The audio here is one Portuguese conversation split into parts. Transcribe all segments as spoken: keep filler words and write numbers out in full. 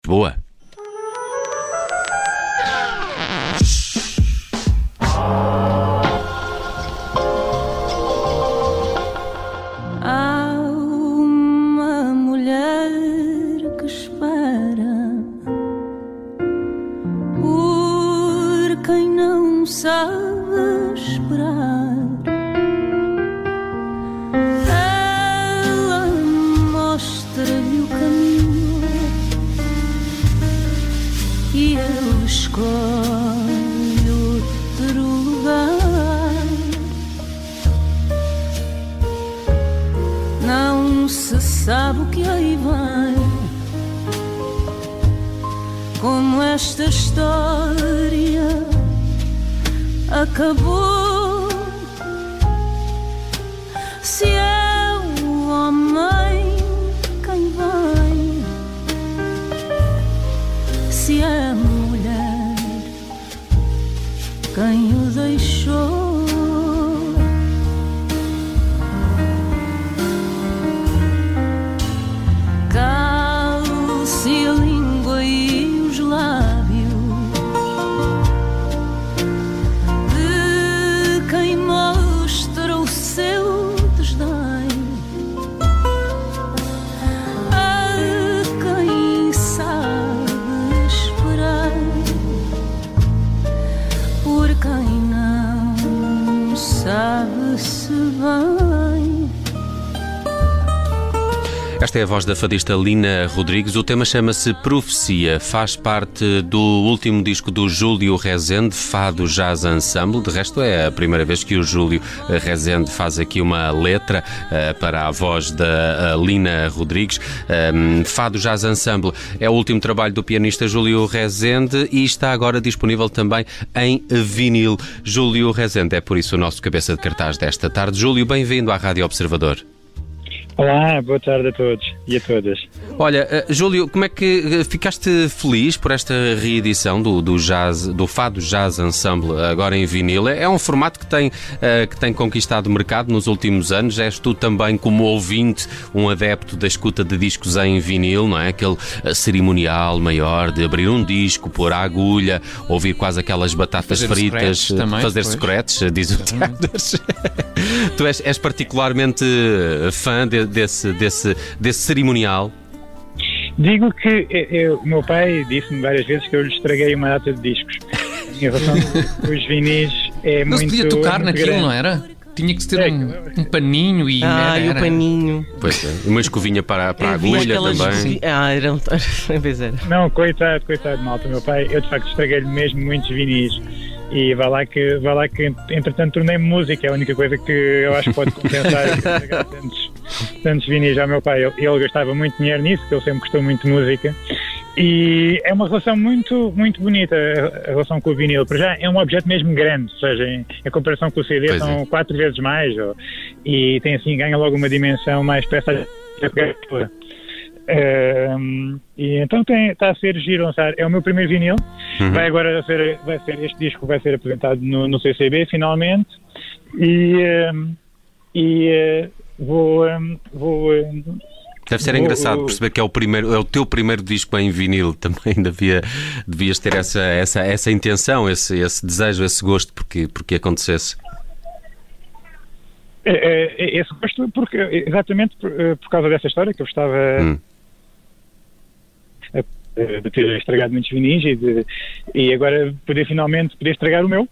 Boa. Há uma mulher que espera por quem não sabe esperar. Ela mostra-lhe o caminho e ele escolhe outro lugar. Não se sabe o que aí vem, como esta história acabou. Se é o homem quem vem, se é a mulher quem o deixou. Calce a língua e os lábios de quem mostra o seu desdém a quem sabe esperar por quem não sabe se bem. Esta é a voz da fadista Lina Rodrigues. O tema chama-se Profecia. Faz parte do último disco do Júlio Rezende, Fado Jazz Ensemble. De resto, é a primeira vez que o Júlio Rezende faz aqui uma letra uh, para a voz da uh, Lina Rodrigues. Um, Fado Jazz Ensemble é o último trabalho do pianista Júlio Rezende e está agora disponível também em vinil. Júlio Rezende é, por isso, o nosso cabeça de cartaz desta tarde. Júlio, bem-vindo à Rádio Observador. Olá, boa tarde a todos e a todas. Olha, uh, Júlio, como é que uh, ficaste feliz por esta reedição do, do, jazz, do Fado Jazz Ensemble agora em vinil? É um formato que tem, uh, que tem conquistado o mercado nos últimos anos. És tu também, como ouvinte, um adepto da escuta de discos em vinil, não é? Aquele uh, cerimonial maior de abrir um disco, pôr a agulha, ouvir quase aquelas batatas fazer fritas, secretos também, fazer pois. secretos, diz o Tiago. Tu és, és particularmente fã de, desse, desse, desse cerimonial? Digo que eu, o meu pai disse-me várias vezes que eu lhe estraguei uma data de discos. A minha relação com os vinis é Não muito se podia tocar muito naquilo, grande. não era? Tinha que ter É, um, um paninho e... Ah, era, e o era. paninho. Pois é. Uma escovinha para, para a Eu vi agulha aquelas- também. Ah, era um... Pois era. Não, coitado, coitado, malta. O meu pai, eu de facto estraguei-lhe mesmo muitos vinis. E vai lá que, vai lá que entretanto, tornei-me música. É a única coisa que eu acho que pode compensar estragar tantos, tantos vinis ao meu pai. Ele, ele gastava muito dinheiro nisso, porque ele sempre gostou muito de música. E é uma relação muito, muito bonita, a relação com o vinil. Para já é um objeto mesmo grande, ou seja, em, em comparação com o C D Pois são é. quatro vezes mais. Ou, e tem assim, ganha logo uma dimensão mais para essa toda. Um, e então tem, está a ser giro lançar. É o meu primeiro vinil. Uhum. Vai agora ser, vai ser este disco vai ser apresentado no, no C C B finalmente e, um, e uh, vou, um, vou um, Deve ser vou- engraçado vou- perceber que é o, primeiro, é o teu primeiro disco em vinil. Também devia, devias ter essa, essa, essa intenção, esse, esse desejo, esse gosto porque, porque acontecesse. é, é, esse gosto porque, exatamente por, por causa dessa história que eu estava Hum. de ter estragado muitos vinis e, de, e agora poder finalmente poder estragar o meu.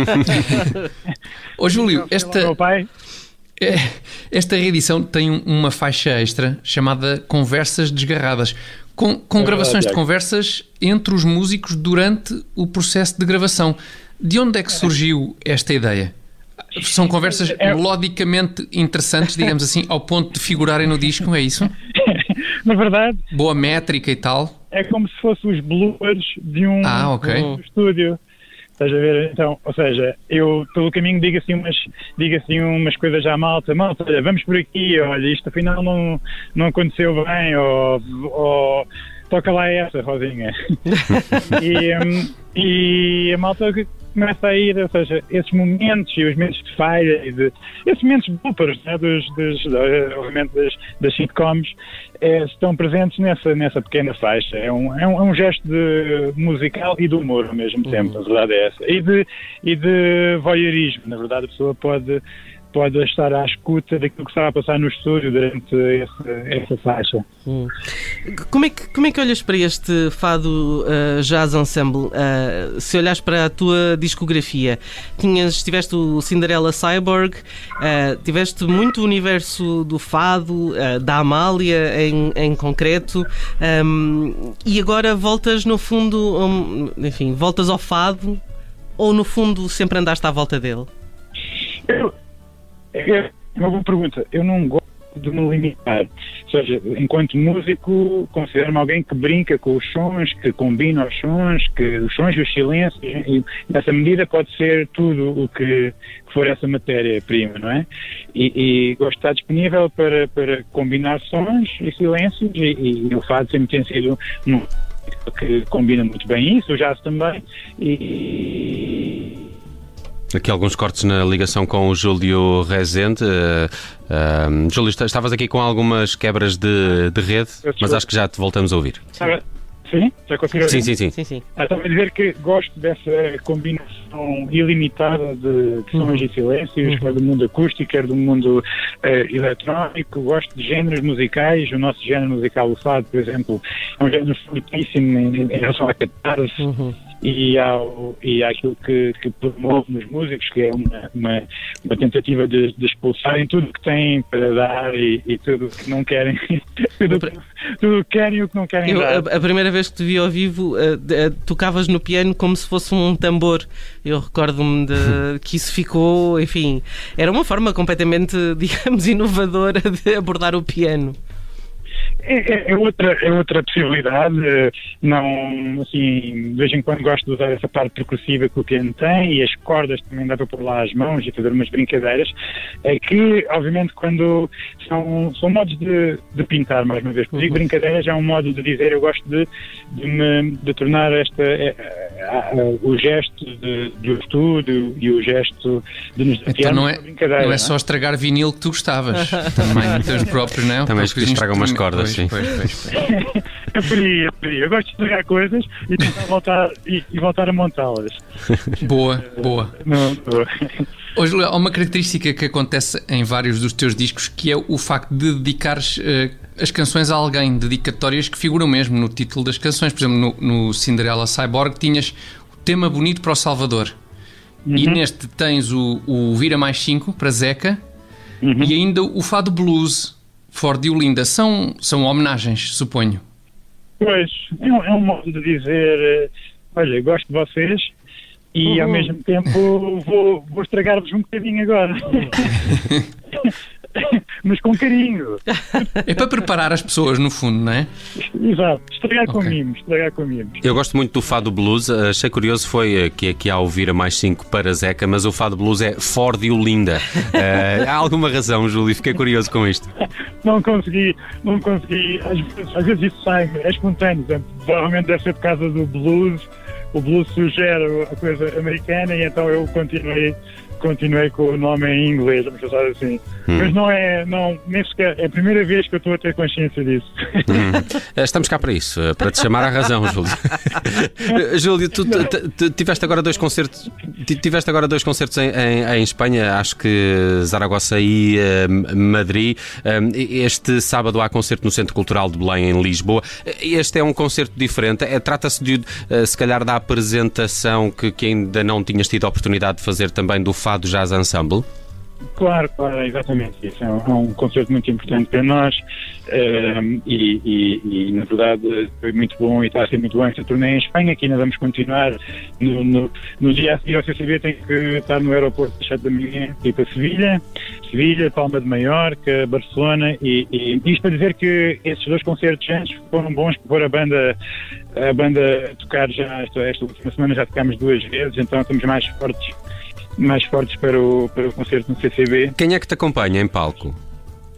Ô Júlio, O esta, meu pai. é- esta reedição tem um- uma faixa extra chamada Conversas Desgarradas, com, com É gravações verdade, de Tiago. conversas entre os músicos durante o processo de gravação. De onde é que surgiu esta ideia? São conversas É- melodicamente interessantes, digamos assim, ao ponto de figurarem no disco, é isso? Na verdade, Boa métrica e tal? é como se fossem os bloopers de um, Ah, ok. de um estúdio. Estás a ver? Então, ou seja, eu pelo caminho digo assim umas, digo assim umas coisas à malta, malta, olha, vamos por aqui, olha, isto afinal não, não aconteceu bem, ou, ou toca lá essa, Rosinha. e, hum, e a malta começa a ir, ou seja, esses momentos e os momentos de falha e de, esses momentos de bloopers, né, dos, dos, obviamente das, das sitcoms, é, estão presentes nessa, nessa pequena faixa. É um, é, um, é um gesto de musical e de humor ao mesmo tempo, uhum. A verdade é essa. E de, e de voyeurismo, na verdade a pessoa pode... pode estar à escuta daquilo que estava a passar no estúdio durante essa, essa faixa. Hum. Como, é que, como é que olhas para este fado uh, Jazz Ensemble? Uh, se olhas para a tua discografia, tinhas, tiveste o Cinderella Cyborg, uh, tiveste muito o universo do fado, uh, da Amália em, em concreto, um, e agora voltas no fundo, um, enfim, voltas ao fado, ou no fundo sempre andaste à volta dele? Eu... É uma boa pergunta. Eu não gosto de me limitar. Ou seja, enquanto músico, considero-me alguém que brinca com os sons, que combina os sons, que os sons e os silêncios, e nessa medida pode ser tudo o que for essa matéria-prima, não é? E, e gosto de estar disponível para, para combinar sons e silêncios, e, e o fado sempre tem sido um que combina muito bem isso, o jazz também, e... Aqui alguns cortes na ligação com o Júlio Rezende. Uh, uh, Júlio, estavas aqui com algumas quebras de, de rede, mas acho que já te voltamos a ouvir. Sim? Já conseguiram ouvir? Sim, sim, sim. sim, sim. Ah, estava a dizer que gosto dessa combinação ilimitada de, de sons uhum. e silêncios, quer do mundo acústico, quer do mundo uh, eletrónico. Gosto de géneros musicais. O nosso género musical, o fado, por exemplo, é um género fortíssimo em, em relação à catarse. Uhum. E, ao, e àquilo que, que promove nos músicos, que é uma, uma, uma tentativa de, de expulsarem tudo que têm para dar e, e tudo que não querem, tudo, tudo o que querem e o que não querem Eu, dar. A, a primeira vez que te vi ao vivo, uh, uh, tocavas no piano como se fosse um tambor. Eu recordo-me de, que isso ficou, enfim, era uma forma completamente, digamos, inovadora de abordar o piano. É, é, outra, é outra possibilidade. Não, assim, de vez em quando gosto de usar essa parte percussiva que o piano tem, e as cordas também dá para pôr lá as mãos e fazer umas brincadeiras, é que, obviamente, quando são, são modos de, de pintar, mais uma vez, porque digo brincadeiras, é um modo de dizer, eu gosto de, de, me, de tornar esta, é, é, é, o gesto de, do estudo e o gesto de nos então não é, brincadeira. Não é só estragar vinil que tu gostavas, também teus próprios, não? Também que estragam umas cordas. Sim. Pois, pois, pois. Eu faria, eu faria. Eu gosto de estragar coisas e tentar voltar, e, e voltar a montá-las. Boa, boa. Não, boa. Hoje há uma característica que acontece em vários dos teus discos, que é o facto de dedicares uh, as canções a alguém, dedicatórias que figuram mesmo no título das canções. Por exemplo, no, no Cinderella Cyborg tinhas o tema bonito para o Salvador. Uhum. E neste tens o, o Vira Mais cinco para Zeca, uhum. E ainda o Fado Blues For Diolinda. São, são homenagens, suponho. Pois, é um, é um modo de dizer, olha, gosto de vocês e uhum. ao mesmo tempo vou, vou estragar-vos um bocadinho agora. Mas com carinho. É para preparar as pessoas, no fundo, não é? Exato, estragar okay. com mimos, estragar com mimos. Eu gosto muito do Fado Blues. Achei curioso foi que aqui há o Vira Mais cinco para Zeca, mas o Fado Blues é For Diolinda. uh, há alguma razão, Júlio? Fiquei curioso com isto. Não consegui, não consegui. Às vezes, às vezes isso sai, é espontâneo. Provavelmente deve ser por causa do blues. O blues sugere a coisa americana e então eu continuei continuei com o nome em inglês, vamos pensar assim. Hum. Mas não é, não, nem sequer, é a primeira vez que eu estou a ter consciência disso. Hum. Estamos cá para isso, para te chamar à razão, Júlio. Júlio, tu, tu, tu tiveste agora dois concertos, tiveste agora dois concertos em, em, em Espanha, acho que Zaragoza e uh, Madrid. Um, este sábado há concerto no Centro Cultural de Belém, em Lisboa. Este é um concerto diferente. É, trata-se de, uh, se calhar, da apresentação que, que ainda não tinhas tido a oportunidade de fazer também do Fado Jazz Ensemble? Claro, claro, exatamente isso. É um, é um concerto muito importante para nós um, e, e, e, na verdade, foi muito bom e está a ser muito bom esta turnê em Espanha, que ainda vamos continuar. No, no, no dia a seguir ao C C B tem que estar no aeroporto às sete da manhã e ir para Sevilha, Sevilha, Palma de Maiorca, Barcelona e, e isto para dizer que esses dois concertos antes foram bons para pôr a banda a banda a tocar já esta, esta última semana, já tocámos duas vezes, então estamos mais fortes mais fortes para o, para o concerto no C C B. Quem é que te acompanha em palco?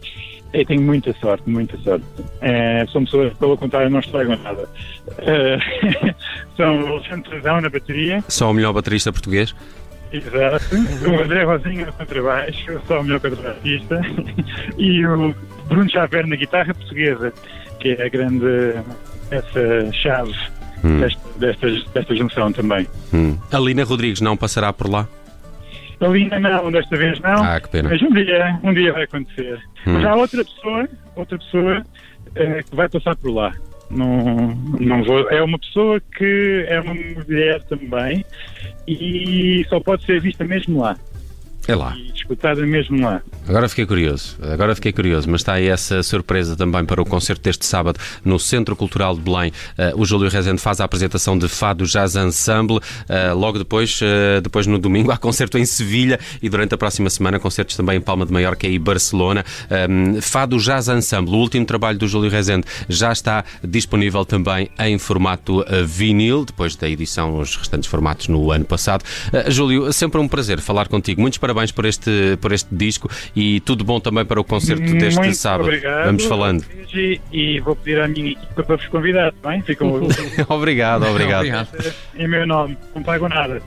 Eu tenho muita sorte, muita sorte. É, são pessoas que, pelo contrário, não estragam nada. É, são o Alexandre Trazão na bateria. Só o melhor baterista português? Exato. O André Rosinha no contrabaixo, só o melhor contrabaixista. E o Bruno Xavier na guitarra portuguesa, que é a grande essa chave hum. desta, desta, desta junção também. Hum. A Lina Rodrigues não passará por lá? A Lina não, desta vez não. Ah, que pena. Mas um dia, um dia vai acontecer. Hum. Mas há outra pessoa, outra pessoa uh, que vai passar por lá. Não, não vou, é uma pessoa que é uma mulher também e só pode ser vista mesmo lá. É lá. E escutada mesmo lá. Agora fiquei curioso, agora fiquei curioso, mas está aí essa surpresa também para o concerto deste sábado no Centro Cultural de Belém. Uh, o Júlio Rezende faz a apresentação de Fado Jazz Ensemble. Uh, logo depois, uh, depois no domingo, há concerto em Sevilha e durante a próxima semana concertos também em Palma de Maiorca e Barcelona. Um, Fado Jazz Ensemble, o último trabalho do Júlio Rezende, já está disponível também em formato uh, vinil, depois da edição os restantes formatos no ano passado. Uh, Júlio, sempre um prazer falar contigo. Muitos parabéns por este, por este disco e tudo bom também para o concerto deste Muito sábado. Obrigado. Vamos falando. E, e vou pedir à minha equipa para vos convidar, bem? Ficam Obrigado, obrigado. obrigado. Em meu nome, não pago nada.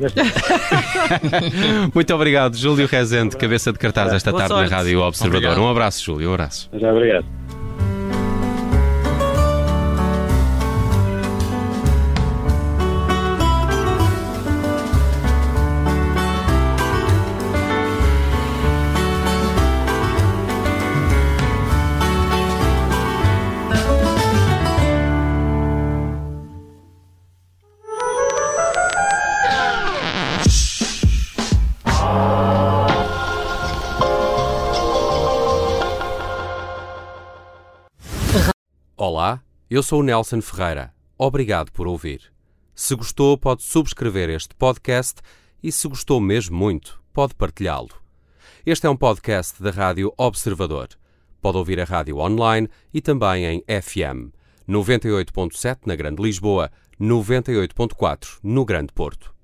Muito obrigado, Júlio Rezende, cabeça de cartaz esta Boa tarde sorte. na Rádio Observador. Obrigado. Um abraço, Júlio, um abraço. Já, obrigado. Olá, eu sou o Nelson Ferreira. Obrigado por ouvir. Se gostou, pode subscrever este podcast e, se gostou mesmo muito, pode partilhá-lo. Este é um podcast da Rádio Observador. Pode ouvir a rádio online e também em F M. noventa e oito ponto sete na Grande Lisboa, noventa e oito ponto quatro no Grande Porto.